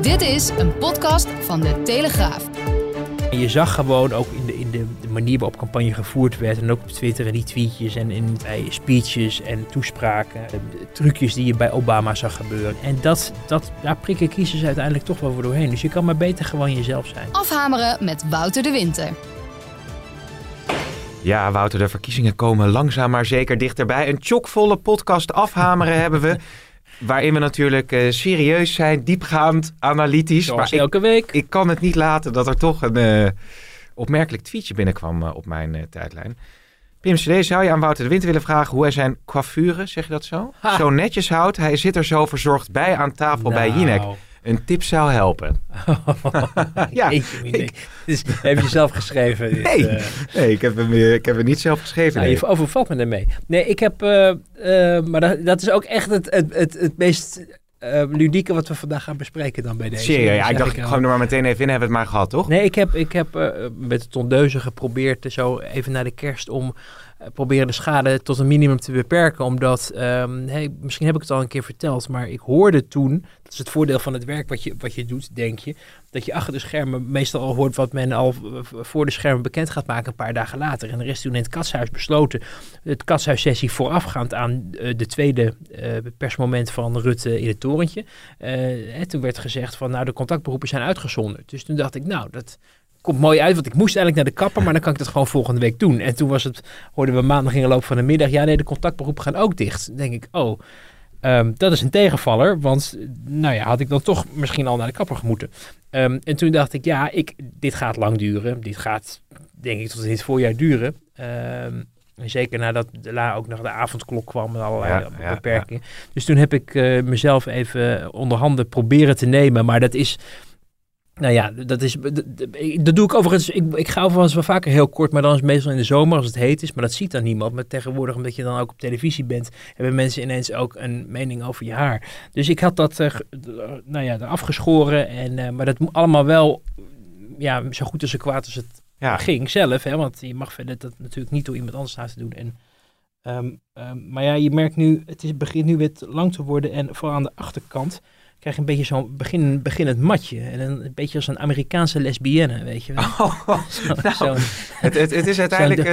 Dit is een podcast van De Telegraaf. En je zag gewoon ook in de manier waarop campagne gevoerd werd. En ook op Twitter en die tweetjes en in speeches en toespraken. De trucjes die je bij Obama zag gebeuren. En daar prikken kiezers uiteindelijk toch wel voor doorheen. Dus je kan maar beter gewoon jezelf zijn. Afhameren met Wouter de Winter. Ja, Wouter, de verkiezingen komen langzaam maar zeker dichterbij. Een chockvolle podcast Afhameren hebben we. Waarin we natuurlijk serieus zijn, diepgaand, analytisch. Zoals maar elke week. Ik kan het niet laten dat er toch een opmerkelijk tweetje binnenkwam op mijn tijdlijn. Pim CD, zou je aan Wouter de Winter willen vragen hoe hij zijn coiffure, zeg je dat zo? Zo netjes houdt. Hij zit er zo verzorgd bij aan tafel bij Jinek. Een tip zou helpen. Ja, dus heb je zelf geschreven? Nee, ik heb het niet zelf geschreven. Nou, je overvalt me ermee. Nee, ik heb... maar dat is ook echt het meest ludieke wat we vandaag gaan bespreken dan bij deze. Serieus? Ja, ik dacht gewoon er maar meteen even in, hebben we het maar gehad, toch? Nee, ik heb met de tondeuze geprobeerd zo even naar de kerst om... proberen de schade tot een minimum te beperken. Omdat, misschien heb ik het al een keer verteld, maar ik hoorde toen, dat is het voordeel van het werk wat je doet, denk je, dat je achter de schermen meestal al hoort wat men al voor de schermen bekend gaat maken een paar dagen later. En er is toen in het Katshuis besloten, het Katshuissessie voorafgaand aan de tweede persmoment van Rutte in het torentje. Toen werd gezegd van, de contactberoepen zijn uitgezonderd. Dus toen dacht ik, dat... komt mooi uit, want ik moest eigenlijk naar de kapper, maar dan kan ik dat gewoon volgende week doen. En toen hoorden we maandag in de loop van de middag, de contactberoepen gaan ook dicht. Dan denk ik, dat is een tegenvaller, want had ik dan toch misschien al naar de kapper moeten. En toen dacht ik, dit gaat lang duren. Dit gaat, denk ik, tot in het voorjaar duren. En zeker nadat ook nog de avondklok kwam met allerlei beperkingen. Ja. Dus toen heb ik mezelf even onder handen proberen te nemen, maar dat is... dat doe ik overigens. Ik ga overigens wel vaker heel kort, maar dan is het meestal in de zomer als het heet is. Maar dat ziet dan niemand. Maar tegenwoordig, omdat je dan ook op televisie bent, hebben mensen ineens ook een mening over je haar. Dus ik had dat eraf geschoren. Maar dat moet allemaal wel zo goed en zo kwaad als het ging zelf. Hè, want je mag verder dat natuurlijk niet door iemand anders laten doen. Maar je merkt nu, het begint nu weer lang te worden. En vooral aan de achterkant krijg je een beetje zo'n beginnend matje. En een beetje als een Amerikaanse lesbienne, weet je wel. Het is uiteindelijk...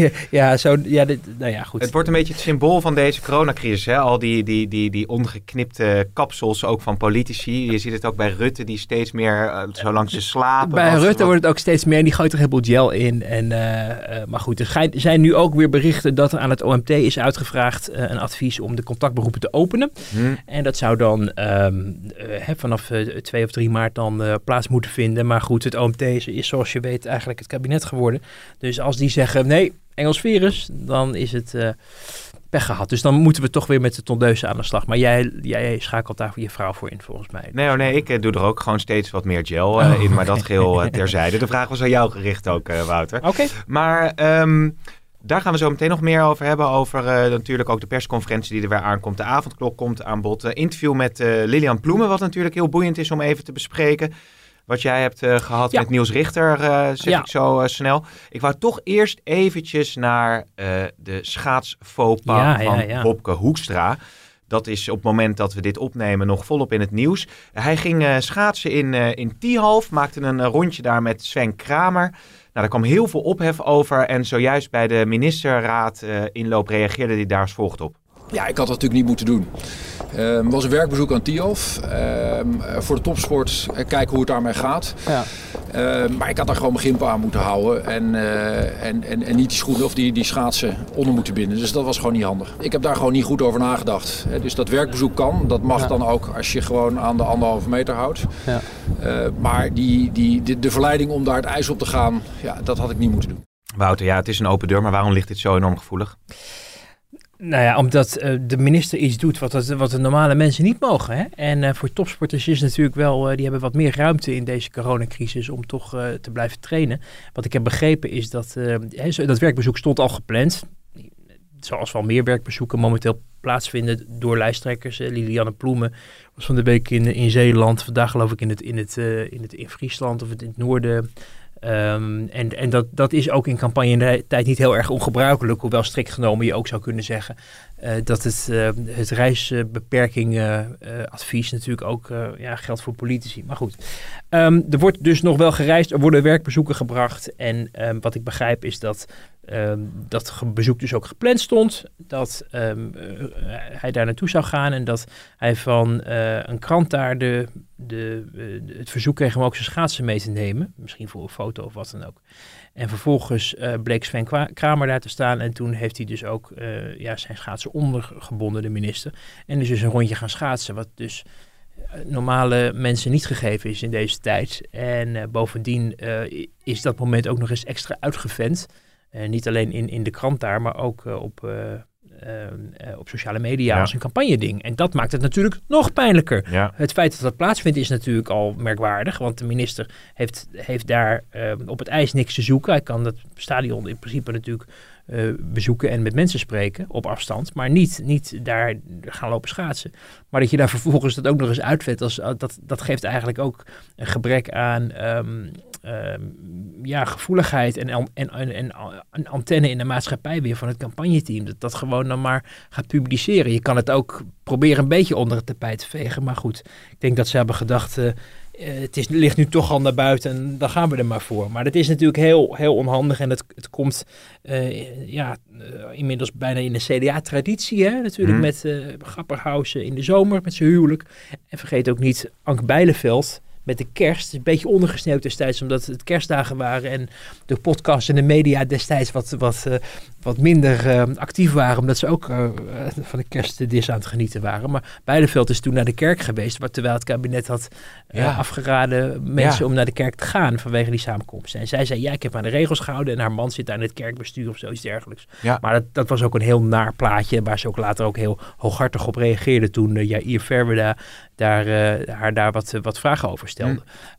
goed. Het wordt een beetje het symbool van deze coronacrisis. Hè? Al die ongeknipte kapsels ook van politici. Je ziet het ook bij Rutte, die steeds meer zo langs de slapen. Bij Rutte wordt het ook steeds meer. En die gooit er een heleboel gel in. Maar goed, er zijn nu ook weer berichten dat er aan het OMT is uitgevraagd een advies om de contactberoepen te openen. En dat zou dan... vanaf 2 of 3 maart dan plaats moeten vinden. Maar goed, het OMT is zoals je weet eigenlijk het kabinet geworden. Dus als die zeggen, nee, Engels virus, dan is het pech gehad. Dus dan moeten we toch weer met de tondeuze aan de slag. Maar jij schakelt daar voor je vrouw voor in, volgens mij. Nee, ik doe er ook gewoon steeds wat meer gel in. Maar dat geheel terzijde. De vraag was aan jou gericht ook, Wouter. Oké. Maar... daar gaan we zo meteen nog meer over hebben. Over natuurlijk ook de persconferentie die er weer aankomt. De avondklok komt aan bod. Interview met Lilian Ploemen, wat natuurlijk heel boeiend is om even te bespreken. Wat jij hebt gehad met Niels Richter, ik zo snel. Ik wou toch eerst eventjes naar de schaatsfaux-pas van Wopke Hoekstra. Dat is op het moment dat we dit opnemen nog volop in het nieuws. Hij ging schaatsen in Tialf, maakte een rondje daar met Sven Kramer. Daar kwam heel veel ophef over en zojuist bij de ministerraad inloop reageerde hij daar als volgt op. Ja, ik had dat natuurlijk niet moeten doen. Het was een werkbezoek aan Tialf. Voor de topsport, kijken hoe het daarmee gaat. Ja. Maar ik had daar gewoon mijn gimpen aan moeten houden. En niet die schoenen of die schaatsen onder moeten binden. Dus dat was gewoon niet handig. Ik heb daar gewoon niet goed over nagedacht. Dus dat werkbezoek kan. Dat mag dan ook als je gewoon aan de 1,5 meter houdt. Ja. Maar de verleiding om daar het ijs op te gaan, dat had ik niet moeten doen. Wouter, het is een open deur. Maar waarom ligt dit zo enorm gevoelig? Omdat de minister iets doet wat de normale mensen niet mogen. Hè? En voor topsporters is natuurlijk wel, die hebben wat meer ruimte in deze coronacrisis om toch te blijven trainen. Wat ik heb begrepen is dat dat werkbezoek stond al gepland. Zoals wel meer werkbezoeken momenteel plaatsvinden door lijsttrekkers. Lilianne Ploemen was van de week in Zeeland. Vandaag geloof ik in Friesland of in het noorden. En dat is ook in campagnetijd niet heel erg ongebruikelijk, hoewel strikt genomen je ook zou kunnen zeggen dat het reisbeperking advies natuurlijk ook geldt voor politici. Maar goed, er wordt dus nog wel gereisd, er worden werkbezoeken gebracht. En wat ik begrijp is dat bezoek dus ook gepland stond. Dat hij daar naartoe zou gaan en dat hij van een krant daar het verzoek kreeg om ook zijn schaatsen mee te nemen. Misschien voor een foto of wat dan ook. En vervolgens bleek Sven Kramer daar te staan. En toen heeft hij dus ook zijn schaatsen ondergebonden, de minister. En dus een rondje gaan schaatsen. Wat dus normale mensen niet gegeven is in deze tijd. En bovendien is dat moment ook nog eens extra uitgevent. Niet alleen in de krant daar, maar ook op sociale media als een campagneding. En dat maakt het natuurlijk nog pijnlijker. Ja. Het feit dat dat plaatsvindt is natuurlijk al merkwaardig, want de minister heeft daar op het ijs niks te zoeken. Hij kan het stadion in principe natuurlijk bezoeken en met mensen spreken op afstand, maar niet daar gaan lopen schaatsen. Maar dat je daar vervolgens dat ook nog eens uitvet, dat geeft eigenlijk ook een gebrek aan gevoeligheid en een antenne in de maatschappij weer van het campagneteam. Dat gewoon dan maar gaat publiceren. Je kan het ook proberen een beetje onder het tapijt te vegen, maar goed, ik denk dat ze hebben gedacht, het ligt nu toch al naar buiten en dan gaan we er maar voor. Maar dat is natuurlijk heel, heel onhandig en het komt inmiddels bijna in de CDA-traditie. Hè? Natuurlijk met Grapperhaus in de zomer met zijn huwelijk. En vergeet ook niet Ank Bijleveld met de kerst. Het is een beetje ondergesneeuwd destijds omdat het kerstdagen waren en de podcast en de media destijds wat minder actief waren, omdat ze ook van de kerstdis aan het genieten waren. Maar Bijleveld is toen naar de kerk geweest, terwijl het kabinet had afgeraden mensen om naar de kerk te gaan vanwege die samenkomsten. En zij zei, ik heb aan de regels gehouden en haar man zit daar in het kerkbestuur of zoiets dergelijks. Ja. Maar dat was ook een heel naar plaatje, waar ze ook later ook heel hooghartig op reageerde toen Jair Verwerda haar daar wat vragen over stelde.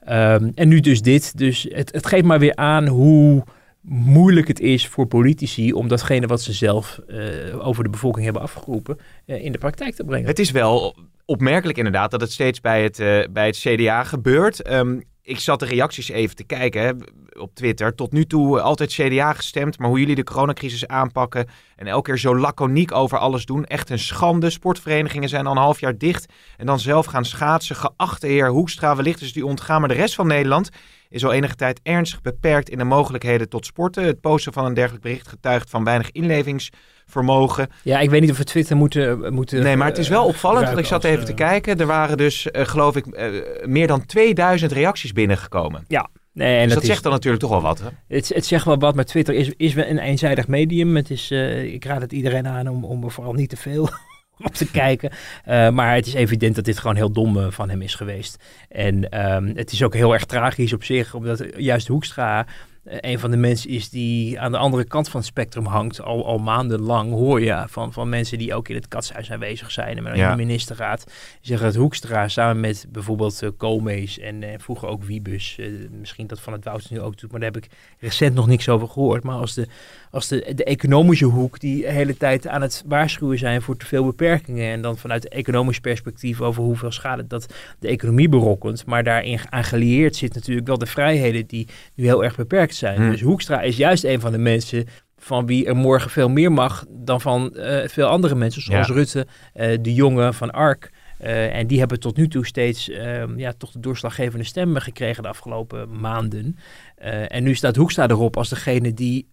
En nu dus dit. Dus het geeft maar weer aan hoe moeilijk het is voor politici om datgene wat ze zelf over de bevolking hebben afgeroepen in de praktijk te brengen. Het is wel opmerkelijk inderdaad dat het steeds bij het CDA gebeurt. Ik zat de reacties even te kijken op Twitter. Tot nu toe altijd CDA gestemd, maar hoe jullie de coronacrisis aanpakken en elke keer zo laconiek over alles doen. Echt een schande. Sportverenigingen zijn al een half jaar dicht en dan zelf gaan schaatsen. Geachte heer Hoekstra, wellicht is die ontgaan, maar de rest van Nederland is al enige tijd ernstig beperkt in de mogelijkheden tot sporten. Het posten van een dergelijk bericht getuigt van weinig inlevingsvermogen. Ja, ik weet niet of we Twitter moeten nee, maar het is wel opvallend, want ik zat even te kijken. Er waren dus, geloof ik, meer dan 2000 reacties binnengekomen. Ja. Nee, en dus dat zegt dan natuurlijk toch wel wat. Hè? Het zegt wel wat, maar Twitter is wel een eenzijdig medium. Ik raad het iedereen aan om er vooral niet te veel op te kijken. Maar het is evident dat dit gewoon heel dom van hem is geweest. En het is ook heel erg tragisch op zich, omdat juist Hoekstra een van de mensen is die aan de andere kant van het spectrum hangt. Al maandenlang hoor je van mensen die ook in het katshuis aanwezig zijn. En in de ministerraad zeggen dat Hoekstra samen met bijvoorbeeld Koolmees en vroeger ook Wiebus. Misschien dat Van het Woud nu ook doet, maar daar heb ik recent nog niks over gehoord. Maar als de economische hoek die de hele tijd aan het waarschuwen zijn voor te veel beperkingen. En dan vanuit economisch perspectief over hoeveel schade dat de economie berokkent. Maar daarin aan gelieerd zit natuurlijk wel de vrijheden die nu heel erg beperkt zijn. Dus Hoekstra is juist een van de mensen van wie er morgen veel meer mag dan van veel andere mensen, zoals Rutte, de Jonge van Ark. En die hebben tot nu toe steeds toch de doorslaggevende stemmen gekregen de afgelopen maanden. En nu staat Hoekstra erop als degene die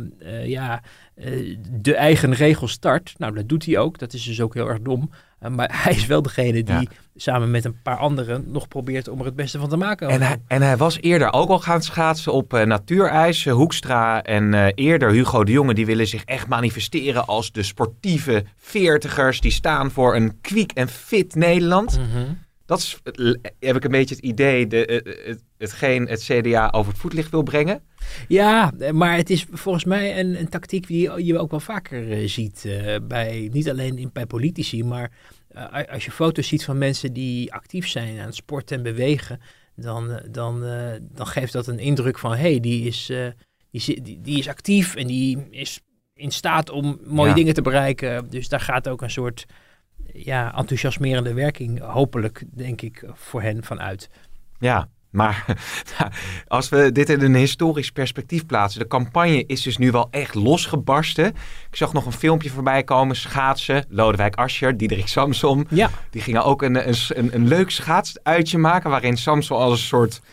de eigen regels start. Nou, dat doet hij ook. Dat is dus ook heel erg dom. Maar hij is wel degene die samen met een paar anderen nog probeert om er het beste van te maken. En hij was eerder ook al gaan schaatsen op natuurijs. Hoekstra en eerder Hugo de Jonge, die willen zich echt manifesteren als de sportieve veertigers. Die staan voor een kwiek en fit Nederland. Mm-hmm. Dat is, heb ik een beetje het idee, hetgeen het CDA over het voetlicht wil brengen. Ja, maar het is volgens mij een tactiek die je ook wel vaker ziet. Niet alleen bij politici, maar als je foto's ziet van mensen die actief zijn aan het sporten en bewegen, dan geeft dat een indruk van, die is actief en die is in staat om mooie dingen te bereiken. Dus daar gaat ook een soort enthousiasmerende werking hopelijk, denk ik, voor hen vanuit. Ja, Maar als we dit in een historisch perspectief plaatsen, de campagne is dus nu wel echt losgebarsten. Ik zag nog een filmpje voorbij komen, schaatsen, Lodewijk Asscher, Diederik Samsom. Ja. Die gingen ook een leuk schaatsuitje maken, waarin Samsom als een soort,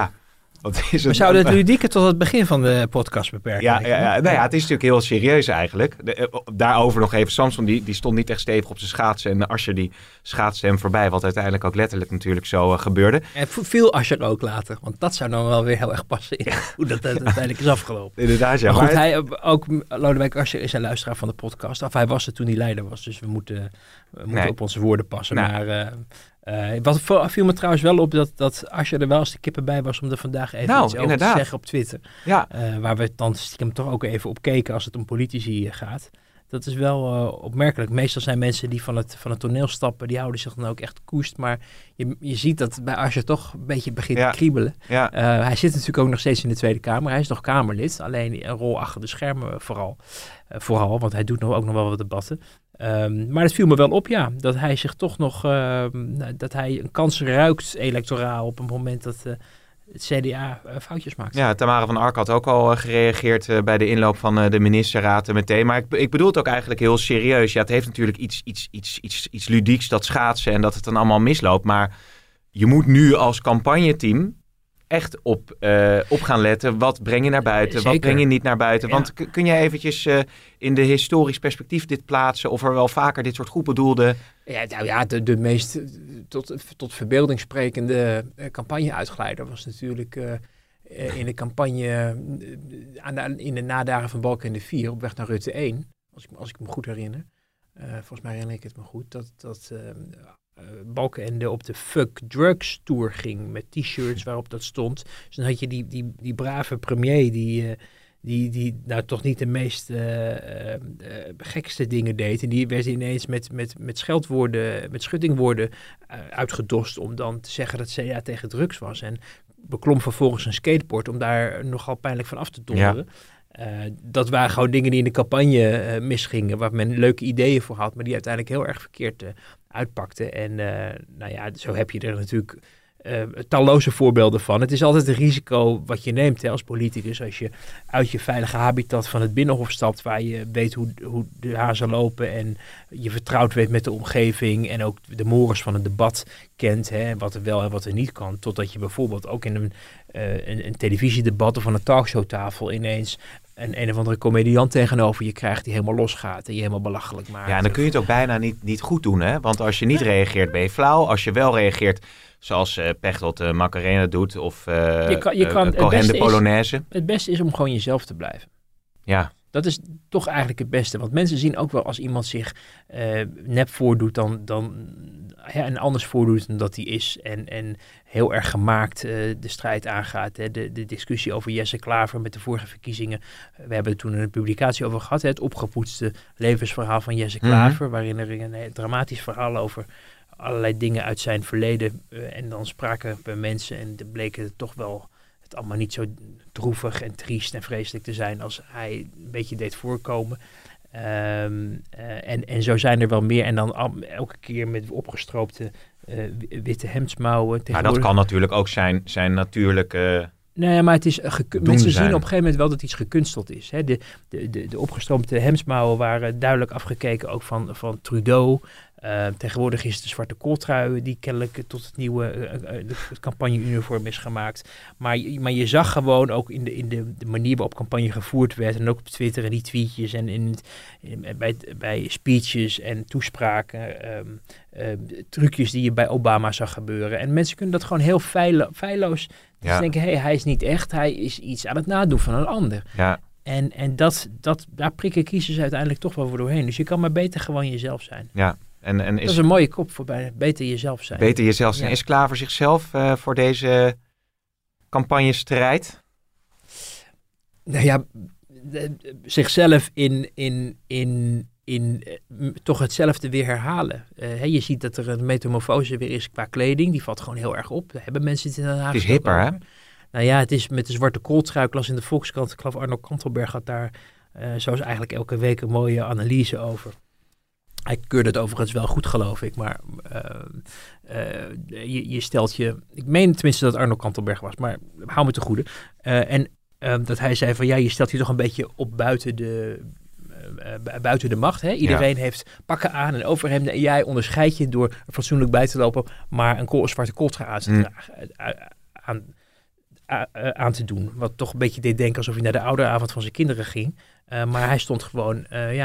We zouden het ludieke tot het begin van de podcast beperken. Ja, het is natuurlijk heel serieus eigenlijk. Daarover nog even, Samson die stond niet echt stevig op zijn schaatsen. En Asscher die schaatste hem voorbij, wat uiteindelijk ook letterlijk natuurlijk zo gebeurde. En viel Asscher ook later, want dat zou dan wel weer heel erg passen in hoe dat uiteindelijk is afgelopen. Inderdaad, ja. Maar goed, ook Lodewijk Asscher is een luisteraar van de podcast. Of hij was er toen hij leider was, dus we moeten op onze woorden passen. Nou. Maar... wat viel me trouwens wel op dat Asscher er wel eens de kippen bij was om er vandaag even iets over te zeggen op Twitter. Ja. Waar we dan stiekem toch ook even op keken als het om politici gaat. Dat is wel opmerkelijk. Meestal zijn mensen die van het toneel stappen, die houden zich dan ook echt koest. Maar je ziet dat bij Asscher toch een beetje begint te kriebelen. Ja. Hij zit natuurlijk ook nog steeds in de Tweede Kamer. Hij is nog Kamerlid, alleen een rol achter de schermen vooral, want hij doet ook nog wel wat debatten. Maar het viel me wel op, dat hij zich toch nog, dat hij een kans ruikt electoraal op een moment dat het CDA foutjes maakt. Ja, Tamara van Ark had ook al gereageerd bij de inloop van de ministerraad meteen. Maar ik bedoel het ook eigenlijk heel serieus. Ja, het heeft natuurlijk iets ludieks, dat schaatsen en dat het dan allemaal misloopt. Maar je moet nu als campagneteam echt op gaan letten. Wat breng je naar buiten? Zeker. Wat breng je niet naar buiten? Ja. Want kun jij eventjes in de historisch perspectief dit plaatsen? Of er wel vaker dit soort goed bedoelde... Ja, de meest tot verbeelding sprekende campagne-uitgeleider was natuurlijk in de campagne in de nadagen van Balkenende 4 op weg naar Rutte 1. Als ik me goed herinner. Volgens mij herinner ik het me goed. Dat Balkenende op de Fuck Drugs Tour ging met t-shirts waarop dat stond. Dus dan had je die brave premier die nou toch niet de meest gekste dingen deed. En die werd ineens met scheldwoorden, met schuttingwoorden uitgedost om dan te zeggen dat CDA tegen drugs was. En beklom vervolgens een skateboard om daar nogal pijnlijk van af te donderen. Ja. Dat waren gewoon dingen die in de campagne misgingen, waar men leuke ideeën voor had, maar die uiteindelijk heel erg verkeerd uitpakten. En zo heb je er natuurlijk talloze voorbeelden van. Het is altijd een risico wat je neemt als politicus als je uit je veilige habitat van het Binnenhof stapt, waar je weet hoe de hazen lopen en je vertrouwd weet met de omgeving en ook de mores van het debat kent, wat er wel en wat er niet kan, totdat je bijvoorbeeld ook in een televisiedebat of aan een talkshowtafel ineens een of andere comediant tegenover je krijgt die helemaal losgaat en je helemaal belachelijk maakt. Ja, en dan kun je het ook bijna niet goed doen, hè? Want als je niet reageert, ben je flauw. Als je wel reageert, zoals Pechtold Macarena doet of Cohen de Polonaise. Het beste is om gewoon jezelf te blijven. Ja. Dat is toch eigenlijk het beste. Want mensen zien ook wel als iemand zich nep voordoet en anders voordoet dan dat hij is. En heel erg gemaakt de strijd aangaat. Hè. De discussie over Jesse Klaver met de vorige verkiezingen. We hebben er toen een publicatie over gehad. Hè. Het opgepoetste levensverhaal van Jesse Klaver. Waarin er een dramatisch verhaal over allerlei dingen uit zijn verleden. En dan spraken we mensen en dan bleken het toch wel het allemaal niet zo droevig en triest en vreselijk te zijn als hij een beetje deed voorkomen. En zo zijn er wel meer. En dan elke keer met opgestroopte witte hemdsmouwen. Maar dat kan natuurlijk ook zijn natuurlijke... Nee, maar het is mensen zien op een gegeven moment wel dat iets gekunsteld is. Hè. De opgestroopte hemdsmouwen waren duidelijk afgekeken ook van Trudeau. Tegenwoordig is het de zwarte kooltrui die kennelijk tot het nieuwe campagne-uniform is gemaakt. Maar je zag gewoon ook in de manier waarop campagne gevoerd werd en ook op Twitter en die tweetjes en bij speeches en toespraken, trucjes die je bij Obama zag gebeuren. En mensen kunnen dat gewoon heel feilloos denken, hij is niet echt, hij is iets aan het nadoen van een ander. Ja. En daar prikken kiezers uiteindelijk toch wel voor doorheen. Dus je kan maar beter gewoon jezelf zijn. Ja. Dat is een mooie kop voorbij. Beter jezelf zijn. Beter jezelf zijn. Ja. Is Klaver zichzelf voor deze campagnestrijd? Nou ja, zichzelf in toch hetzelfde weer herhalen. Je ziet dat er een metamorfose weer is qua kleding. Die valt gewoon heel erg op. Daar hebben mensen het in Den Haag. Het is hipper, hè? Nou ja, het is met de zwarte kooltrui. Ik las in de Volkskrant. Ik geloof Arno Kantelberg had daar zoals eigenlijk elke week een mooie analyse over. Hij keurde het overigens wel goed, geloof ik. Maar je stelt je... Ik meen tenminste dat Arno Kantelberg was, maar hou me te goede. Dat hij zei van je stelt je toch een beetje op buiten de macht. Hè? Iedereen heeft pakken aan en overhemden. En jij onderscheidt je door er fatsoenlijk bij te lopen, maar een zwarte coltra aan te dragen. Aan te doen. Wat toch een beetje deed denken alsof hij naar de ouderavond van zijn kinderen ging. Maar hij stond gewoon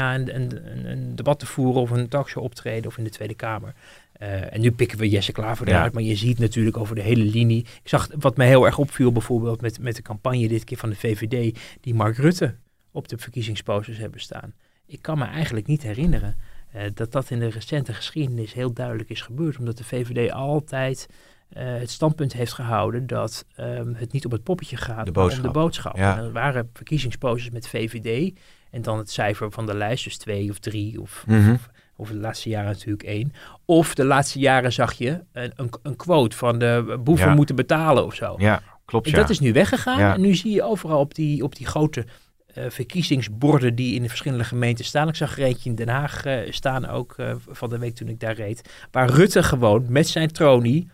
een debat te voeren of een talkshow optreden of in de Tweede Kamer. En nu pikken we Jesse Klaver eruit, maar je ziet natuurlijk over de hele linie. Ik zag wat mij heel erg opviel bijvoorbeeld met de campagne dit keer van de VVD, die Mark Rutte op de verkiezingsposters hebben staan. Ik kan me eigenlijk niet herinneren dat in de recente geschiedenis heel duidelijk is gebeurd, omdat de VVD altijd het standpunt heeft gehouden dat het niet om het poppetje gaat, maar om de boodschap. Ja. En er waren verkiezingsposters met VVD en dan het cijfer van de lijst, dus 2 of 3 of de laatste jaren natuurlijk 1. Of de laatste jaren zag je een quote van de boeven moeten betalen of zo. Ja, klopt. En dat is nu weggegaan en nu zie je overal op die grote verkiezingsborden die in de verschillende gemeenten staan. Ik zag er eentje in Den Haag staan ook van de week toen ik daar reed, waar Rutte gewoon met zijn tronie,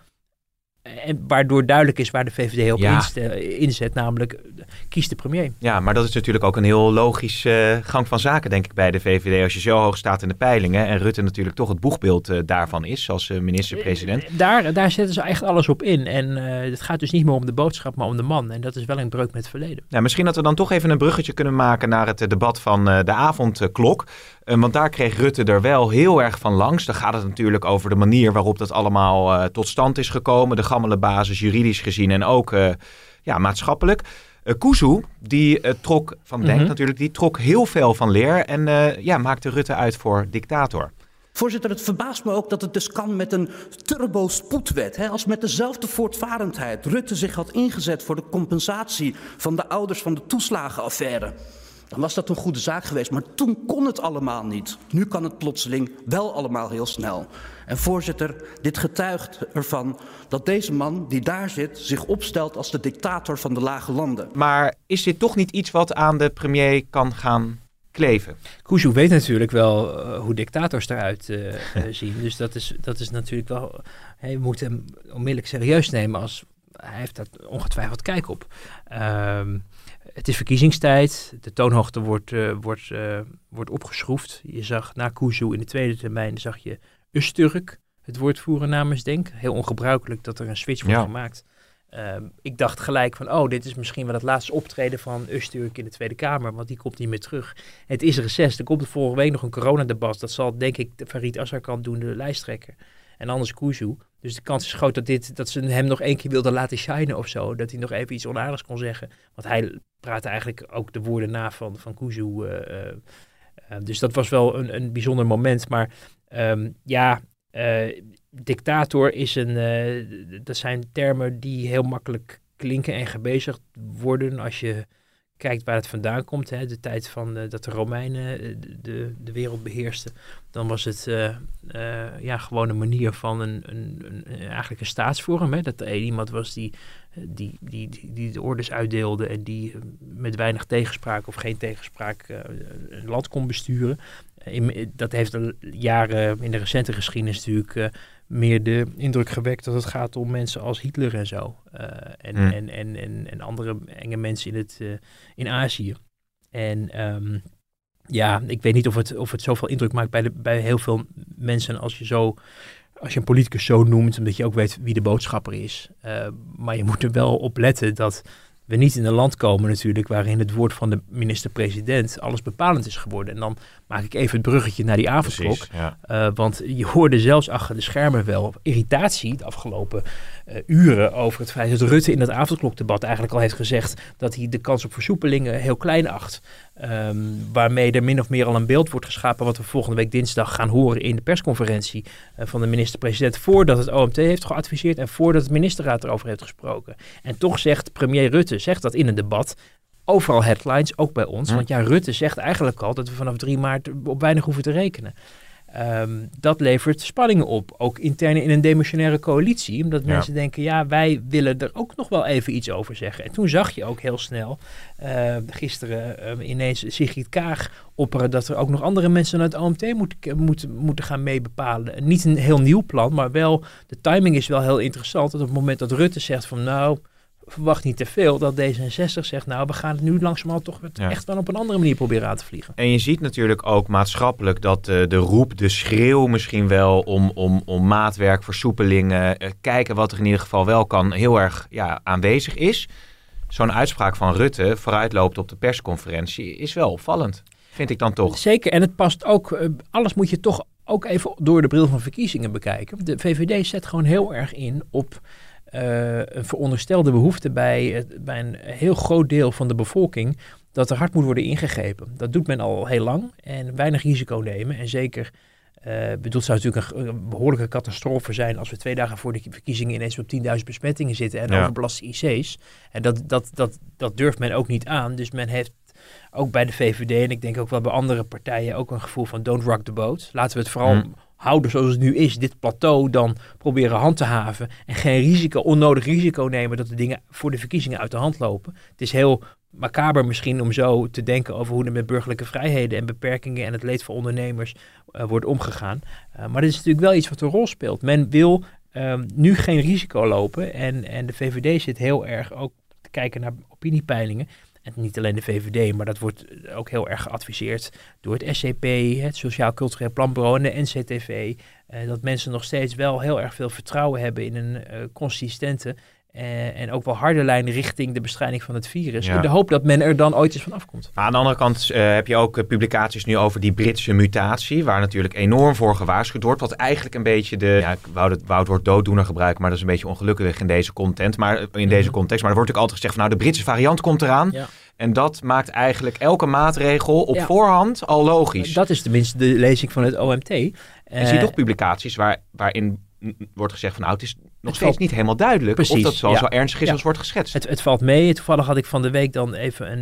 en waardoor duidelijk is waar de VVD op inzet, namelijk kies de premier. Ja, maar dat is natuurlijk ook een heel logisch gang van zaken, denk ik, bij de VVD. Als je zo hoog staat in de peilingen en Rutte natuurlijk toch het boegbeeld daarvan is als minister-president. Daar zetten ze echt alles op in. En het gaat dus niet meer om de boodschap, maar om de man. En dat is wel een breuk met het verleden. Ja, misschien dat we dan toch even een bruggetje kunnen maken naar het debat van de avondklok. Want daar kreeg Rutte er wel heel erg van langs. Dan gaat het natuurlijk over de manier waarop dat allemaal tot stand is gekomen. De gammele basis, juridisch gezien en ook maatschappelijk. Kuzu, die trok van Denk natuurlijk, die trok heel veel van leer en maakte Rutte uit voor dictator. Voorzitter, het verbaast me ook dat het dus kan met een turbo-spoedwet. Hè? Als met dezelfde voortvarendheid Rutte zich had ingezet voor de compensatie van de ouders van de toeslagenaffaire, dan was dat een goede zaak geweest. Maar toen kon het allemaal niet. Nu kan het plotseling wel allemaal heel snel. En voorzitter, dit getuigt ervan dat deze man die daar zit zich opstelt als de dictator van de lage landen. Maar is dit toch niet iets wat aan de premier kan gaan kleven? Kuzu weet natuurlijk wel hoe dictators eruit zien. Dus dat is natuurlijk wel... Je moet hem onmiddellijk serieus nemen als... Hij heeft daar ongetwijfeld kijk op. Het is verkiezingstijd. De toonhoogte wordt opgeschroefd. Je zag na Kuzu in de tweede termijn zag je Öztürk het woord voeren namens Denk. Heel ongebruikelijk dat er een switch wordt gemaakt. Ik dacht gelijk van, dit is misschien wel het laatste optreden van Öztürk in de Tweede Kamer, want die komt niet meer terug. Het is reces. Er komt de volgende week nog een coronadebat. Dat zal, denk ik, Farid Azarkan doen, de lijsttrekker. En anders Kuzu. Dus de kans is groot dat ze hem nog 1 keer wilden laten shinen of zo. Dat hij nog even iets onaardigs kon zeggen. Want hij praatte eigenlijk ook de woorden na van Kuzu. Dus dat was wel een bijzonder moment. Maar dictator is dat zijn termen die heel makkelijk klinken en gebezigd worden als je kijkt waar het vandaan komt. Hè. De tijd van dat de Romeinen de wereld beheersten. Dan was het gewoon een manier van eigenlijk een staatsvorm. Hè. Dat er iemand was die de orders uitdeelde en die met weinig tegenspraak of geen tegenspraak een land kon besturen. Dat heeft jaren in de recente geschiedenis natuurlijk meer de indruk gewekt dat het gaat om mensen als Hitler en zo. En andere enge mensen in Azië. En ik weet niet of het zoveel indruk maakt bij heel veel mensen als je een politicus zo noemt, omdat je ook weet wie de boodschapper is. Maar je moet er wel op letten dat we niet in een land komen natuurlijk waarin het woord van de minister-president alles bepalend is geworden. En dan maak ik even het bruggetje naar die avondklok. Precies, ja. Want je hoorde zelfs achter de schermen wel irritatie de afgelopen uren over het feit dat Rutte in dat avondklokdebat eigenlijk al heeft gezegd dat hij de kans op versoepelingen heel klein acht. Waarmee er min of meer al een beeld wordt geschapen wat we volgende week dinsdag gaan horen in de persconferentie van de minister-president, voordat het OMT heeft geadviseerd en voordat het ministerraad erover heeft gesproken. En toch zegt premier Rutte dat in een debat, overal headlines, ook bij ons. Want Rutte zegt eigenlijk al dat we vanaf 3 maart op weinig hoeven te rekenen. Dat levert spanningen op, ook intern in een demissionaire coalitie. Omdat mensen denken, wij willen er ook nog wel even iets over zeggen. En toen zag je ook heel snel, gisteren ineens Sigrid Kaag opperen dat er ook nog andere mensen uit het OMT moeten gaan meebepalen. Niet een heel nieuw plan, maar wel, de timing is wel heel interessant. Dat op het moment dat Rutte zegt van verwacht niet te veel, dat D66 zegt, we gaan het nu langzamerhand toch echt wel op een andere manier proberen aan te vliegen. En je ziet natuurlijk ook maatschappelijk dat de roep, de schreeuw misschien wel om maatwerk, versoepelingen, kijken wat er in ieder geval wel kan, heel erg aanwezig is. Zo'n uitspraak van Rutte vooruitloopt op de persconferentie is wel opvallend, vind ik dan toch. Zeker, en het past ook, alles moet je toch ook even door de bril van verkiezingen bekijken. De VVD zet gewoon heel erg in op een veronderstelde behoefte bij een heel groot deel van de bevolking dat er hard moet worden ingegrepen. Dat doet men al heel lang en weinig risico nemen. En zeker, het zou natuurlijk een behoorlijke catastrofe zijn als we 2 dagen voor de verkiezingen ineens op 10.000 besmettingen zitten en overbelaste IC's. En dat durft men ook niet aan. Dus men heeft ook bij de VVD en ik denk ook wel bij andere partijen ook een gevoel van don't rock the boat. Laten we het vooral houden zoals het nu is, dit plateau dan proberen hand te haven en geen onnodig risico nemen dat de dingen voor de verkiezingen uit de hand lopen. Het is heel macaber misschien om zo te denken over hoe er met burgerlijke vrijheden en beperkingen en het leed van ondernemers wordt omgegaan. Maar dit is natuurlijk wel iets wat een rol speelt. Men wil nu geen risico lopen en de VVD zit heel erg ook te kijken naar opiniepeilingen. En niet alleen de VVD, maar dat wordt ook heel erg geadviseerd door het SCP, het Sociaal Cultureel Planbureau en de NCTV. Dat mensen nog steeds wel heel erg veel vertrouwen hebben in een consistente en ook wel harde lijn richting de bestrijding van het virus. In de hoop dat men er dan ooit eens van afkomt. Maar aan de andere kant heb je ook publicaties nu over die Britse mutatie, waar natuurlijk enorm voor gewaarschuwd wordt. Wat eigenlijk een beetje ik wou het woord dooddoener gebruiken, maar dat is een beetje ongelukkig in deze context. Maar er wordt natuurlijk altijd gezegd van de Britse variant komt eraan. Ja. En dat maakt eigenlijk elke maatregel op voorhand al logisch. Dat is tenminste de lezing van het OMT. Je ziet toch publicaties waarin wordt gezegd van het is nog steeds niet helemaal duidelijk of dat zo ernstig is als wordt geschetst. Het valt mee. Toevallig had ik van de week dan even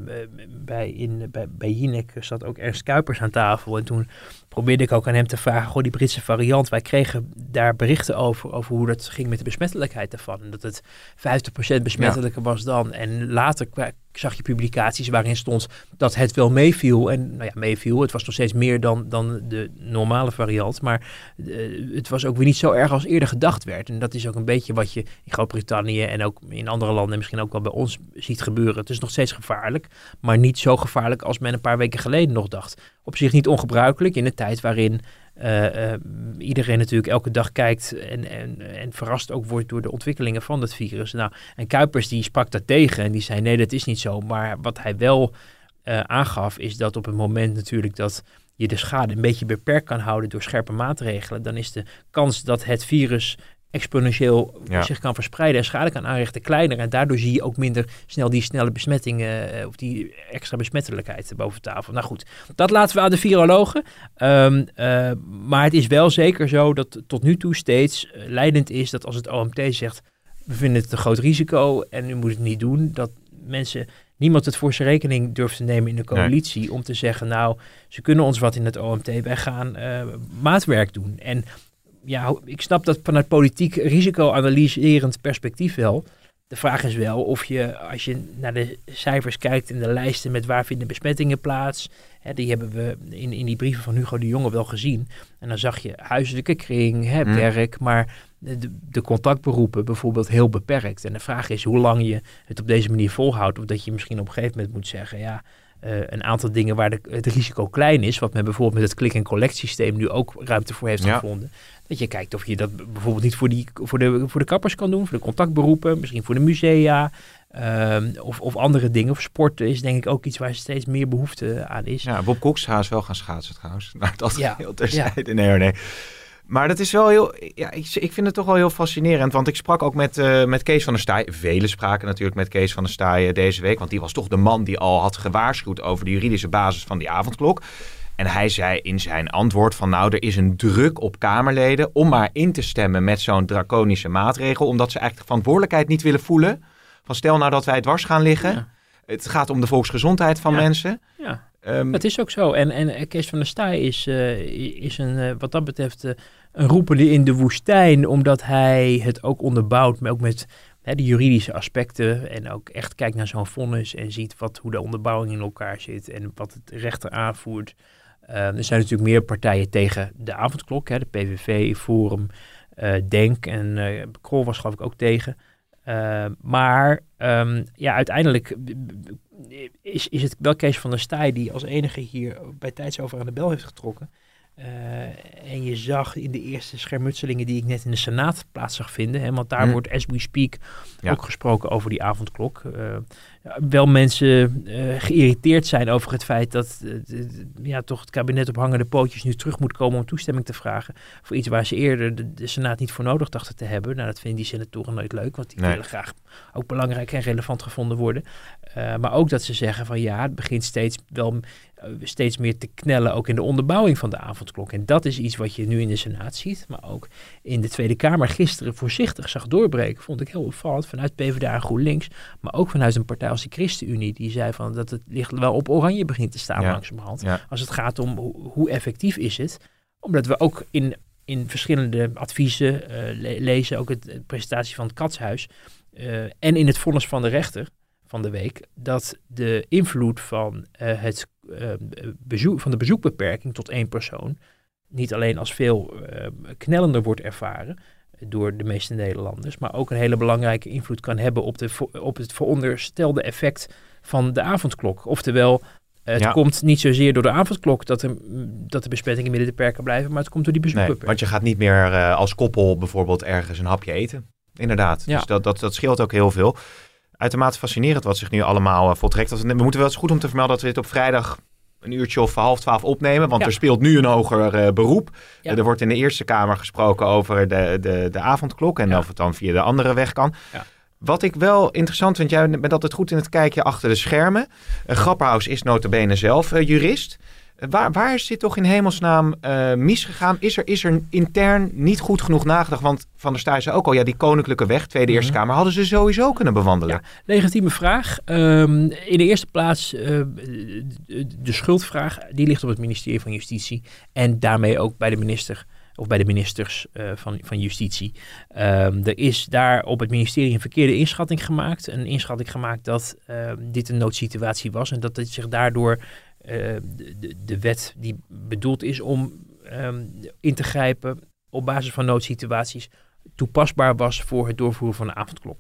bij Jinek zat ook Ernst Kuipers aan tafel en toen probeerde ik ook aan hem te vragen, die Britse variant, wij kregen daar berichten over hoe dat ging met de besmettelijkheid ervan. En dat het 50% besmettelijker was dan. En later zag je publicaties waarin stond dat het wel meeviel. En meeviel, het was nog steeds meer dan de normale variant. Maar het was ook weer niet zo erg als eerder gedacht werd. En dat is ook een beetje wat je in Groot-Brittannië en ook in andere landen en misschien ook wel bij ons ziet gebeuren. Het is nog steeds gevaarlijk, maar niet zo gevaarlijk als men een paar weken geleden nog dacht. Op zich niet ongebruikelijk in een tijd waarin iedereen natuurlijk elke dag kijkt en verrast ook wordt door de ontwikkelingen van het virus. En Kuipers die sprak daar tegen en die zei nee, dat is niet zo. Maar wat hij wel aangaf is dat op het moment natuurlijk dat je de schade een beetje beperkt kan houden door scherpe maatregelen, dan is de kans dat het virus exponentieel zich kan verspreiden en schade kan aanrichten kleiner. En daardoor zie je ook minder snel die snelle besmettingen of die extra besmettelijkheid boven tafel. Nou goed, dat laten we aan de virologen. Maar het is wel zeker zo dat tot nu toe steeds leidend is dat als het OMT zegt, we vinden het een groot risico en u moet het niet doen, dat niemand het voor zijn rekening durft te nemen in de coalitie om te zeggen, ze kunnen ons wat in het OMT, wij gaan maatwerk doen. En ik snap dat vanuit politiek risico-analyserend perspectief wel. De vraag is wel of je, als je naar de cijfers kijkt en de lijsten met waar vinden besmettingen plaats, die hebben we in die brieven van Hugo de Jonge wel gezien. En dan zag je huiselijke kring, werk, maar de contactberoepen bijvoorbeeld heel beperkt. En de vraag is hoe lang je het op deze manier volhoudt, of dat je misschien op een gegeven moment moet zeggen, een aantal dingen waar het risico klein is, wat men bijvoorbeeld met het click-and-collect systeem nu ook ruimte voor heeft gevonden. Dat je kijkt of je dat bijvoorbeeld niet voor de kappers kan doen, voor de contactberoepen, misschien voor de musea of andere dingen. Of sporten is denk ik ook iets waar steeds meer behoefte aan is. Ja, Bob Koekstra is wel gaan schaatsen trouwens. Dat heel terzijde. Nee. Maar dat is wel heel, ik vind het toch wel heel fascinerend. Want ik sprak ook met Kees van der Staaij. Velen spraken natuurlijk met Kees van der Staaij deze week. Want die was toch de man die al had gewaarschuwd over de juridische basis van die avondklok. En hij zei in zijn antwoord van er is een druk op Kamerleden om maar in te stemmen met zo'n draconische maatregel. Omdat ze eigenlijk de verantwoordelijkheid niet willen voelen. Van stel dat wij dwars gaan liggen. Ja. Het gaat om de volksgezondheid van mensen. Ja. Dat is ook zo. En Kees van der Staaij is een, wat dat betreft een roepende in de woestijn, omdat hij het ook onderbouwt, maar ook met de juridische aspecten en ook echt kijkt naar zo'n vonnis en ziet hoe de onderbouwing in elkaar zit en wat het rechter aanvoert. Er zijn natuurlijk meer partijen tegen de avondklok, de PVV, Forum, Denk en Krol was geloof ik ook tegen. Maar uiteindelijk is het wel Kees van der Staaij die als enige hier bij Tijdsover aan de bel heeft getrokken. En je zag in de eerste schermutselingen die ik net in de Senaat plaats zag vinden, want daar wordt as we speak ook gesproken over die avondklok. Wel mensen geïrriteerd zijn over het feit dat toch het kabinet op hangende pootjes nu terug moet komen om toestemming te vragen voor iets waar ze eerder de Senaat niet voor nodig dachten te hebben. Nou, dat vinden die senatoren nooit leuk, want die willen graag ook belangrijk en relevant gevonden worden. Maar ook dat ze zeggen van het begint steeds meer te knellen, ook in de onderbouwing van de avondklok. En dat is iets wat je nu in de Senaat ziet, maar ook in de Tweede Kamer gisteren voorzichtig zag doorbreken. Vond ik heel opvallend vanuit PvdA en GroenLinks, maar ook vanuit een partij als de ChristenUnie, die zei van dat het licht wel op oranje begint te staan langzamerhand. Ja. Als het gaat om hoe effectief is het. Omdat we ook in verschillende adviezen lezen, ook de presentatie van het Katshuis en in het vonnis van de rechter van de week, dat de invloed van de bezoekbeperking tot 1 persoon niet alleen als veel knellender wordt ervaren door de meeste Nederlanders, maar ook een hele belangrijke invloed kan hebben op het veronderstelde effect van de avondklok. Oftewel, het komt niet zozeer door de avondklok dat de besmettingen midden te perken blijven, maar het komt door die bezoekbeperking. Want je gaat niet meer als koppel bijvoorbeeld ergens een hapje eten. Inderdaad, dus dat scheelt ook heel veel. Uitermate fascinerend wat zich nu allemaal voltrekt. We moeten wel eens goed om te vermelden dat we dit op vrijdag een uurtje of 11:30 opnemen. Want er speelt nu een hoger beroep. Ja. Er wordt in de Eerste Kamer gesproken over de avondklok. En of het dan via de andere weg kan. Ja. Wat ik wel interessant vind, jij bent altijd goed in het kijkje achter de schermen. Grapperhaus is nota bene zelf jurist. Waar is dit toch in hemelsnaam misgegaan? Is er intern niet goed genoeg nagedacht? Want Van der Staaij zei ook al, die koninklijke weg, Tweede Eerste Kamer, hadden ze sowieso kunnen bewandelen. Ja, legitieme vraag. In de eerste plaats, de schuldvraag, die ligt op het ministerie van Justitie. En daarmee ook bij de minister of bij de ministers van Justitie. Er is daar op het ministerie een verkeerde inschatting gemaakt. Een inschatting gemaakt dat dit een noodsituatie was en dat het zich daardoor de wet die bedoeld is om in te grijpen op basis van noodsituaties toepasbaar was voor het doorvoeren van de avondklok.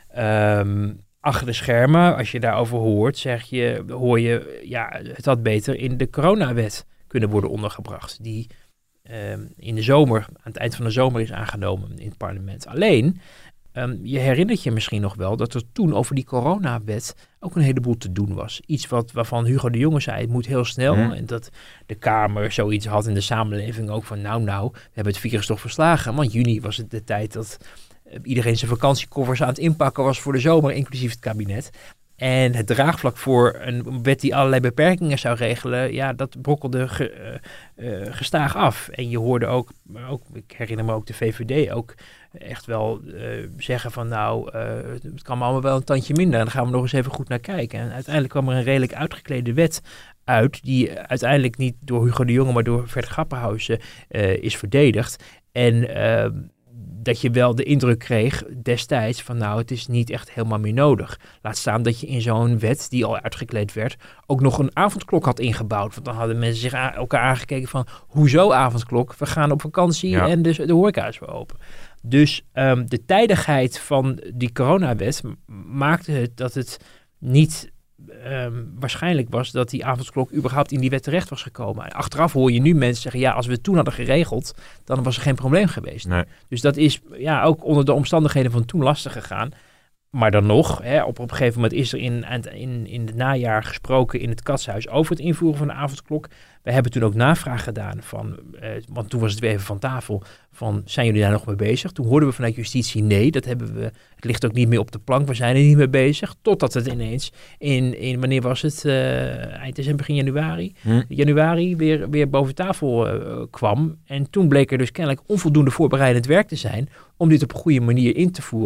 Achter de schermen, als je daarover hoort, hoor je, het had beter in de coronawet kunnen worden ondergebracht. Die in de zomer, aan het eind van de zomer is aangenomen in het parlement. Alleen, je herinnert je misschien nog wel dat er toen over die coronawet ook een heleboel te doen was. Iets waarvan Hugo de Jonge zei, het moet heel snel. En dat de Kamer zoiets had in de samenleving ook van nou, we hebben het virus toch verslagen. Want juni was het de tijd dat iedereen zijn vakantiekoffers aan het inpakken was voor de zomer, inclusief het kabinet. En het draagvlak voor een wet die allerlei beperkingen zou regelen, dat brokkelde gestaag af. En je hoorde ook, ik herinner me ook de VVD ook echt wel zeggen van het kan me allemaal wel een tandje minder. En daar gaan we nog eens even goed naar kijken. En uiteindelijk kwam er een redelijk uitgeklede wet uit, die uiteindelijk niet door Hugo de Jonge, maar door Vert Grapperhaus is verdedigd. En dat je wel de indruk kreeg destijds van het is niet echt helemaal meer nodig. Laat staan dat je in zo'n wet die al uitgekleed werd ook nog een avondklok had ingebouwd. Want dan hadden mensen zich elkaar aangekeken van hoezo avondklok? We gaan op vakantie en dus de horeca is weer open. Dus de tijdigheid van die coronawet maakte het dat het niet waarschijnlijk was dat die avondklok überhaupt in die wet terecht was gekomen. Achteraf hoor je nu mensen zeggen, als we het toen hadden geregeld, dan was er geen probleem geweest. Nee. Dus dat is ook onder de omstandigheden van toen lastig gegaan. Maar dan nog, op een gegeven moment is er in het najaar gesproken in het Katshuis over het invoeren van de avondklok. We hebben toen ook navraag gedaan want toen was het weer even van tafel, van zijn jullie daar nog mee bezig? Toen hoorden we vanuit Justitie nee, het ligt ook niet meer op de plank, we zijn er niet mee bezig. Totdat het ineens wanneer was het? Eind december, begin januari. Januari weer boven tafel kwam. En toen bleek er dus kennelijk onvoldoende voorbereidend werk te zijn om dit op een goede manier in te voeren.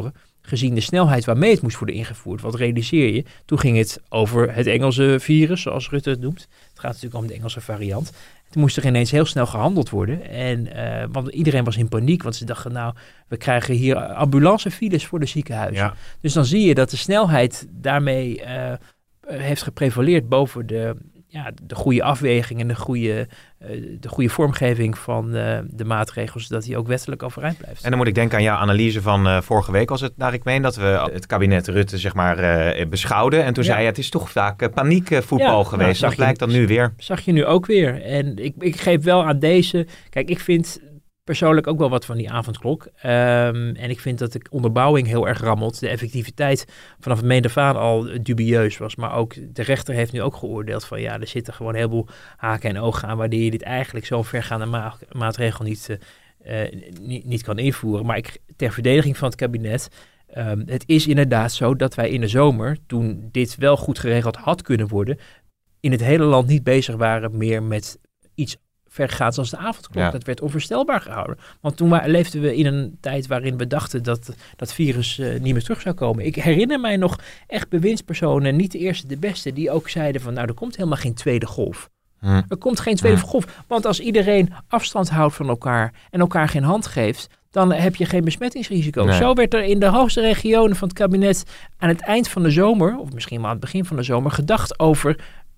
gezien de snelheid waarmee het moest worden ingevoerd. Wat realiseer je? Toen ging het over het Engelse virus, zoals Rutte het noemt. Het gaat natuurlijk om de Engelse variant. Toen moest er ineens heel snel gehandeld worden. Want iedereen was in paniek, want ze dachten, we krijgen hier ambulancefiles voor de ziekenhuizen. Ja. Dus dan zie je dat de snelheid daarmee heeft geprevaleerd boven de goede afweging en de goede vormgeving van de maatregels, dat die ook wettelijk overeind blijft. En dan moet ik denken aan jouw analyse van vorige week, als het naar ik meen, dat we het kabinet Rutte zeg maar beschouwden. En toen zei je, het is toch vaak paniekvoetbal geweest. Dat blijkt dan nu weer. Zag je nu ook weer. En ik geef wel aan deze. Kijk, ik vind persoonlijk ook wel wat van die avondklok. En ik vind dat de onderbouwing heel erg rammelt. De effectiviteit vanaf het meet af aan al dubieus was. Maar ook de rechter heeft nu ook geoordeeld van er zitten gewoon een heleboel haken en ogen aan, waardoor je dit eigenlijk zo'n vergaande maatregel niet kan invoeren. Maar ter verdediging van het kabinet, het is inderdaad zo dat wij in de zomer, toen dit wel goed geregeld had kunnen worden, in het hele land niet bezig waren meer met iets vergaat als de avondklok. Ja. Dat werd onvoorstelbaar gehouden. Want toen leefden we in een tijd waarin we dachten dat dat virus niet meer terug zou komen. Ik herinner mij nog echt bewindspersonen, niet de eerste, de beste, die ook zeiden van er komt helemaal geen tweede golf. Er komt geen tweede golf. Want als iedereen afstand houdt van elkaar en elkaar geen hand geeft, dan heb je geen besmettingsrisico. Nee. Zo werd er in de hoogste regionen van het kabinet aan het eind van de zomer, of misschien wel aan het begin van de zomer, gedacht over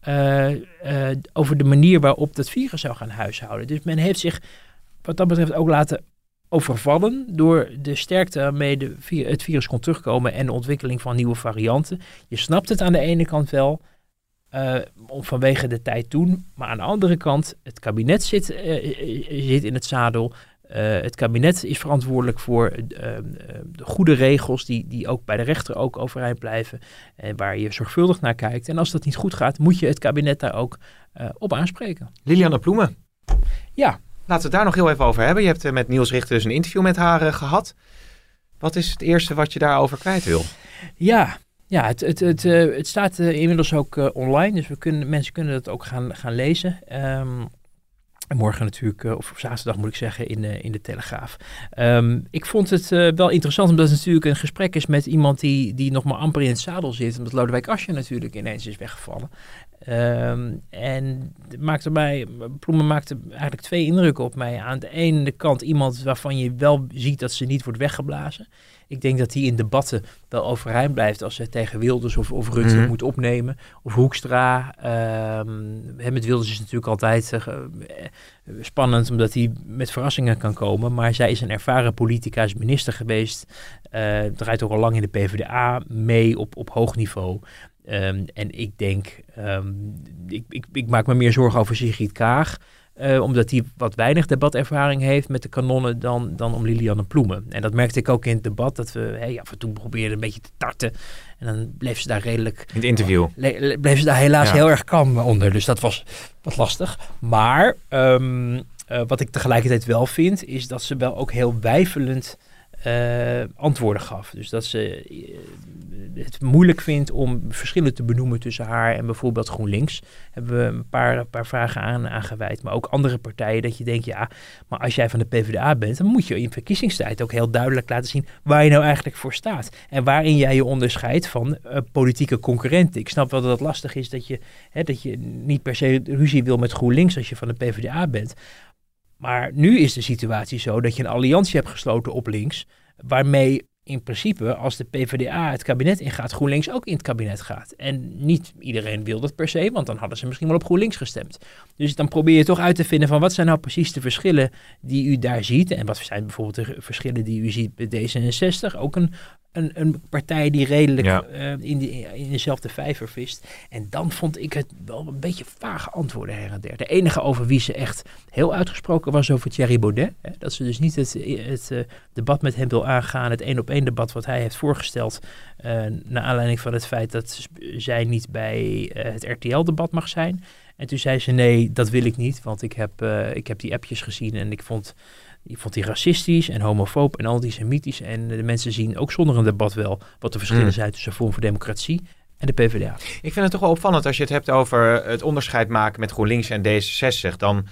de manier waarop dat virus zou gaan huishouden. Dus men heeft zich wat dat betreft ook laten overvallen door de sterkte waarmee het virus kon terugkomen en de ontwikkeling van nieuwe varianten. Je snapt het aan de ene kant wel, vanwege de tijd toen, maar aan de andere kant, het kabinet zit in het zadel. Het kabinet is verantwoordelijk voor de goede regels die ook bij de rechter ook overeind blijven en waar je zorgvuldig naar kijkt. En als dat niet goed gaat, moet je het kabinet daar ook op aanspreken. Lilianne Ploemen. Ja. Laten we het daar nog heel even over hebben. Je hebt met Niels Richter dus een interview met haar gehad. Wat is het eerste wat je daarover kwijt wil? Ja, het staat inmiddels ook online, dus mensen kunnen dat ook gaan lezen. En morgen natuurlijk, of op zaterdag moet ik zeggen, in de Telegraaf. Ik vond het wel interessant, omdat het natuurlijk een gesprek is met iemand die nog maar amper in het zadel zit. Omdat Lodewijk Asscher natuurlijk ineens is weggevallen. En Ploemen maakte eigenlijk 2 indrukken op mij. Aan de ene kant iemand waarvan je wel ziet dat ze niet wordt weggeblazen. Ik denk dat hij in debatten wel overeind blijft als hij tegen Wilders of Rutte moet opnemen. Of Hoekstra. Met Wilders is natuurlijk altijd spannend, omdat hij met verrassingen kan komen. Maar zij is een ervaren politica, is minister geweest. Draait ook al lang in de PvdA mee op hoog niveau. En ik denk, ik maak me meer zorgen over Sigrid Kaag. Omdat hij wat weinig debatervaring heeft met de kanonnen dan om Lilianne Ploemen. En dat merkte ik ook in het debat, dat we af en toe probeerden een beetje te tarten. En dan bleef ze daar redelijk... In het interview. Bleef ze daar helaas heel erg kalm onder. Dus dat was wat lastig. Maar wat ik tegelijkertijd wel vind, is dat ze wel ook heel weifelend antwoorden gaf. Dus dat ze het moeilijk vindt om verschillen te benoemen tussen haar en bijvoorbeeld GroenLinks. Hebben we een paar vragen aangewijd. Maar ook andere partijen, dat je denkt, maar als jij van de PvdA bent, dan moet je in verkiezingstijd ook heel duidelijk laten zien waar je nou eigenlijk voor staat. En waarin jij je onderscheidt van politieke concurrenten. Ik snap wel dat het lastig is dat je niet per se ruzie wil met GroenLinks als je van de PvdA bent. Maar nu is de situatie zo dat je een alliantie hebt gesloten op links, waarmee in principe, als de PvdA het kabinet ingaat, GroenLinks ook in het kabinet gaat. En niet iedereen wil dat per se, want dan hadden ze misschien wel op GroenLinks gestemd. Dus dan probeer je toch uit te vinden van wat zijn nou precies de verschillen die u daar ziet. En wat zijn bijvoorbeeld de verschillen die u ziet bij D66. Ook een partij die redelijk in dezelfde vijver vist. En dan vond ik het wel een beetje vage antwoorden her en der. De enige over wie ze echt heel uitgesproken was over Thierry Baudet. Hè, dat ze dus niet het debat met hem wil aangaan. Het 1-op-1 debat wat hij heeft voorgesteld. Naar aanleiding van het feit dat zij niet bij het RTL-debat mag zijn. En toen zei ze nee, dat wil ik niet. Want ik heb die appjes gezien en ik vond die racistisch en homofoob en antisemitisch. En de mensen zien ook zonder een debat wel wat de verschillen zijn tussen Forum voor Democratie en de PvdA. Ik vind het toch wel opvallend als je het hebt over het onderscheid maken met GroenLinks en D66. Dan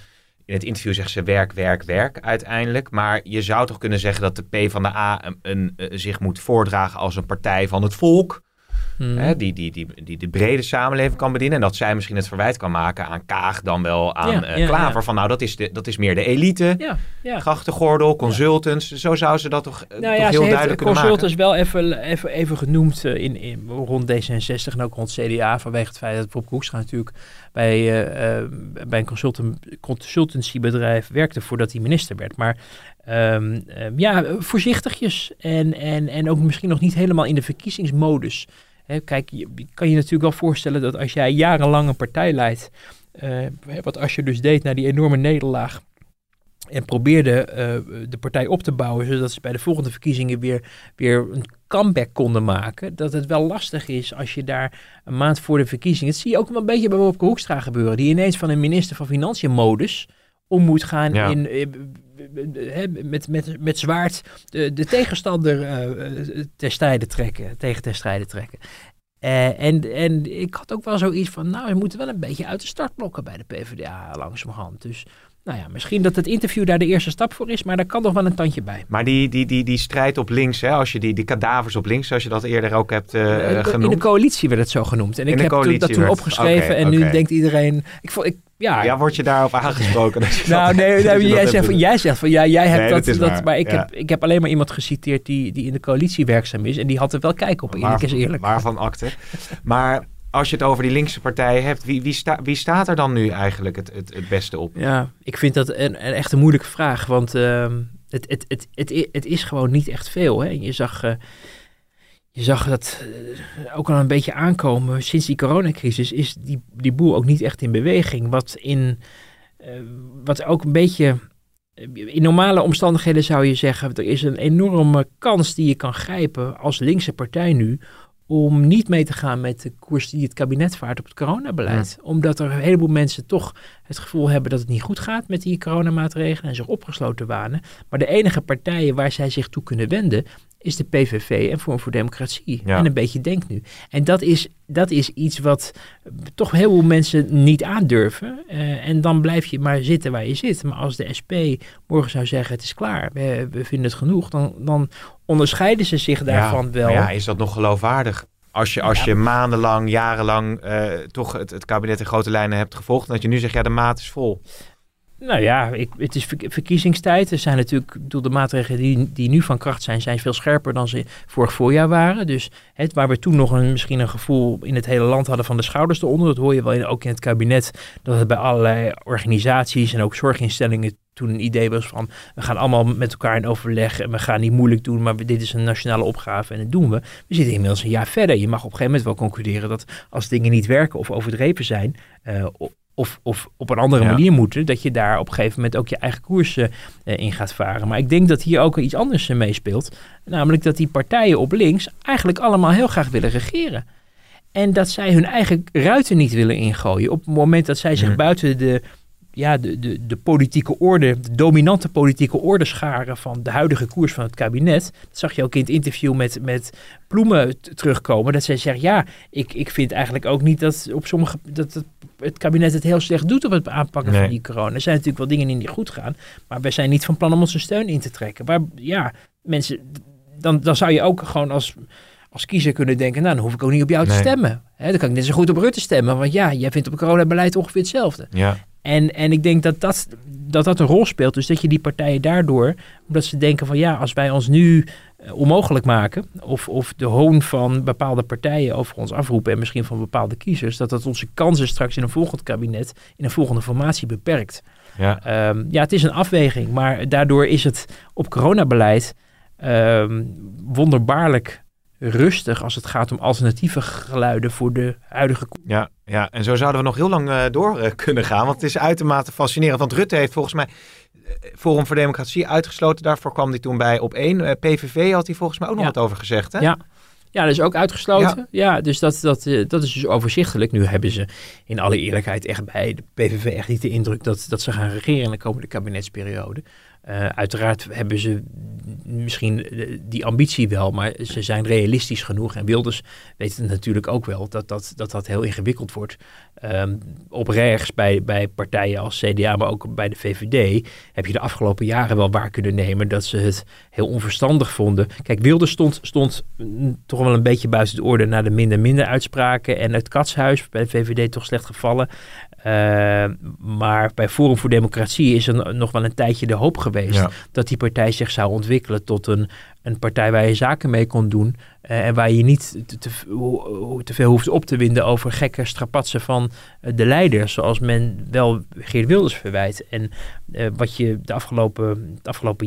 In het interview zegt ze werk uiteindelijk. Maar je zou toch kunnen zeggen dat de PvdA zich moet voordragen als een partij van het volk. Die de brede samenleving kan bedienen. En dat zij misschien het verwijt kan maken aan Kaag dan wel aan Klaver. Van nou, dat is meer de elite. Grachtengordel, consultants. Zo zou ze dat toch heel duidelijk kunnen maken. Consultants wel even genoemd rond D66 en ook rond CDA. Vanwege het feit dat Wopke Hoekstra natuurlijk bij een consultancybedrijf werkte voordat hij minister werd. Maar voorzichtigjes en ook misschien nog niet helemaal in de verkiezingsmodus. Kijk, je kan je natuurlijk wel voorstellen dat als jij jarenlang een partij leidt, wat Asscher dus deed na die enorme nederlaag, en probeerde de partij op te bouwen, zodat ze bij de volgende verkiezingen weer een comeback konden maken, dat het wel lastig is als je daar een maand voor de verkiezingen, dat zie je ook wel een beetje bij Wopke Hoekstra gebeuren, die ineens van een minister van Financiën modus om moet gaan met zwaard de tegenstander ter strijde trekken. En ik had ook wel zoiets van, nou, we moeten wel een beetje uit de startblokken bij de PvdA langzamerhand. Dus nou ja, misschien dat het interview daar de eerste stap voor is, maar daar kan nog wel een tandje bij. Maar die strijd op links, hè, als je die kadavers op links, zoals je dat eerder ook hebt genoemd. In de coalitie werd het zo genoemd. En ik heb dat toen opgeschreven en nu denkt iedereen... word je daarop aangesproken? Jij zegt van jij hebt dat maar ik heb alleen maar iemand geciteerd die in de coalitie werkzaam is en die had er wel kijk op, eerlijk. Waarvan akte. Maar als je het over die linkse partijen hebt, wie staat er dan nu eigenlijk het beste op? Ja, ik vind dat een echt een moeilijke vraag, want het is gewoon niet echt veel. Hè? Je zag dat ook al een beetje aankomen. Sinds die coronacrisis is die boel ook niet echt in beweging. Wat ook een beetje... In normale omstandigheden zou je zeggen, er is een enorme kans die je kan grijpen als linkse partij nu, om niet mee te gaan met de koers die het kabinet vaart op het coronabeleid. Omdat er een heleboel mensen toch het gevoel hebben dat het niet goed gaat met die coronamaatregelen en zich opgesloten wanen. Maar de enige partijen waar zij zich toe kunnen wenden is de PVV en Forum voor Democratie. Ja. En een beetje Denk Nu. En dat is iets wat toch heel veel mensen niet aandurven. En dan blijf je maar zitten waar je zit. Maar als de SP morgen zou zeggen, het is klaar, we vinden het genoeg, dan onderscheiden ze zich daarvan wel. Maar ja, is dat nog geloofwaardig? Als je maandenlang, jarenlang toch het kabinet in grote lijnen hebt gevolgd, dat je nu zegt, de maat is vol. Nou ja, het is verkiezingstijd. Er zijn natuurlijk, de maatregelen die nu van kracht zijn veel scherper dan ze vorig voorjaar waren. Dus waar we toen nog misschien een gevoel in het hele land hadden van de schouders eronder. Dat hoor je wel ook in het kabinet, dat het bij allerlei organisaties en ook zorginstellingen toen een idee was van, we gaan allemaal met elkaar in overleg en we gaan niet moeilijk doen, maar dit is een nationale opgave en dat doen we. We zitten inmiddels een jaar verder. Je mag op een gegeven moment wel concluderen dat als dingen niet werken of overdreven zijn, of op een andere manier moeten, dat je daar op een gegeven moment ook je eigen koers in gaat varen. Maar ik denk dat hier ook iets anders meespeelt. Namelijk dat die partijen op links eigenlijk allemaal heel graag willen regeren. En dat zij hun eigen ruiten niet willen ingooien. Op het moment dat zij zich buiten de politieke orde, de dominante politieke orde scharen van de huidige koers van het kabinet. Dat zag je ook in het interview met Ploemen terugkomen. Dat zij zegt, ik vind eigenlijk ook niet dat het kabinet het heel slecht doet op het aanpakken van die corona. Er zijn natuurlijk wel dingen in die goed gaan, maar wij zijn niet van plan om onze steun in te trekken. Maar mensen, dan zou je ook gewoon als kiezer kunnen denken, dan hoef ik ook niet op jou te stemmen. Dan kan ik net zo goed op Rutte stemmen, want jij vindt op het coronabeleid ongeveer hetzelfde. Ja. En ik denk dat een rol speelt. Dus dat je die partijen daardoor, omdat ze denken van als wij ons nu onmogelijk maken, of de hoon van bepaalde partijen over ons afroepen en misschien van bepaalde kiezers, dat onze kansen straks in een volgend kabinet, in een volgende formatie beperkt. Ja, het is een afweging, maar daardoor is het op coronabeleid wonderbaarlijk rustig als het gaat om alternatieve geluiden voor de huidige... Ja, en zo zouden we nog heel lang door kunnen gaan, want het is uitermate fascinerend. Want Rutte heeft volgens mij Forum voor Democratie uitgesloten. Daarvoor kwam hij toen bij op 1. PVV had hij volgens mij ook nog wat over gezegd, hè? Ja, dat is ook uitgesloten. Ja, dus dat is dus overzichtelijk. Nu hebben ze in alle eerlijkheid echt bij de PVV echt niet de indruk dat ze gaan regeren in de komende kabinetsperiode. Uiteraard hebben ze misschien die ambitie wel, maar ze zijn realistisch genoeg. En Wilders weet het natuurlijk ook wel dat heel ingewikkeld wordt. Op rechts bij partijen als CDA, maar ook bij de VVD... heb je de afgelopen jaren wel waar kunnen nemen dat ze het heel onverstandig vonden. Kijk, Wilders stond toch wel een beetje buiten de orde na de minder uitspraken. En het Katshuis, bij de VVD toch slecht gevallen. Maar bij Forum voor Democratie is er nog wel een tijdje de hoop geweest dat die partij zich zou ontwikkelen tot een partij waar je zaken mee kon doen. En waar je niet te veel hoeft op te winden over gekke strapatsen van de leiders, zoals men wel Geert Wilders verwijt. En wat je de afgelopen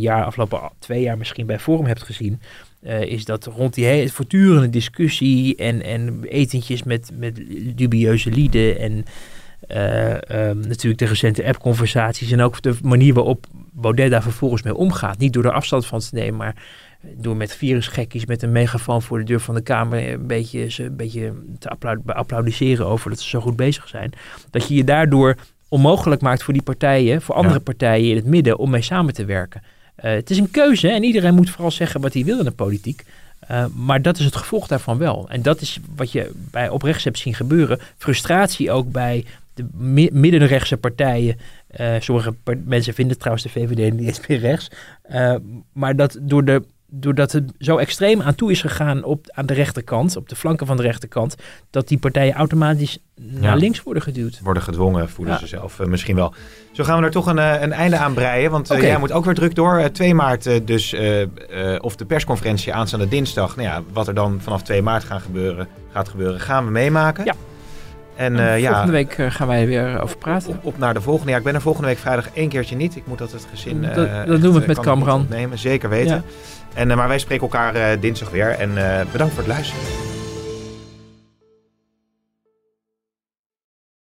2 jaar misschien bij Forum hebt gezien, is dat rond die voortdurende discussie en etentjes met dubieuze lieden en natuurlijk de recente app-conversaties en ook de manier waarop Baudet daar vervolgens mee omgaat. Niet door er afstand van te nemen, maar door met virusgekkies met een megafoon voor de deur van de Kamer een beetje te applaudisseren over dat ze zo goed bezig zijn. Dat je je daardoor onmogelijk maakt voor die partijen, voor andere partijen in het midden, om mee samen te werken. Het is een keuze en iedereen moet vooral zeggen wat hij wil in de politiek. Maar dat is het gevolg daarvan wel. En dat is wat je bij oprechts hebt zien gebeuren. Frustratie ook bij de middenrechtse partijen. Sommige mensen vinden trouwens de VVD niet eens meer rechts. Maar dat doordat het zo extreem aan toe is gegaan aan de rechterkant, op de flanken van de rechterkant, dat die partijen automatisch naar links worden geduwd. Worden gedwongen, voelen ze zelf misschien wel. Zo gaan we er toch een einde aan breien, want jij moet ook weer druk door. 2 maart of de persconferentie aanstaande dinsdag. Nou ja, wat er dan vanaf 2 maart gaat gebeuren, gaan we meemaken. Ja. En volgende week gaan wij weer over praten. Op naar de volgende. Ja, ik ben er volgende week vrijdag 1 keertje niet. Ik moet dat het gezin... dat doen we met Kamran. Zeker weten. Ja. Maar wij spreken elkaar dinsdag weer. En bedankt voor het luisteren.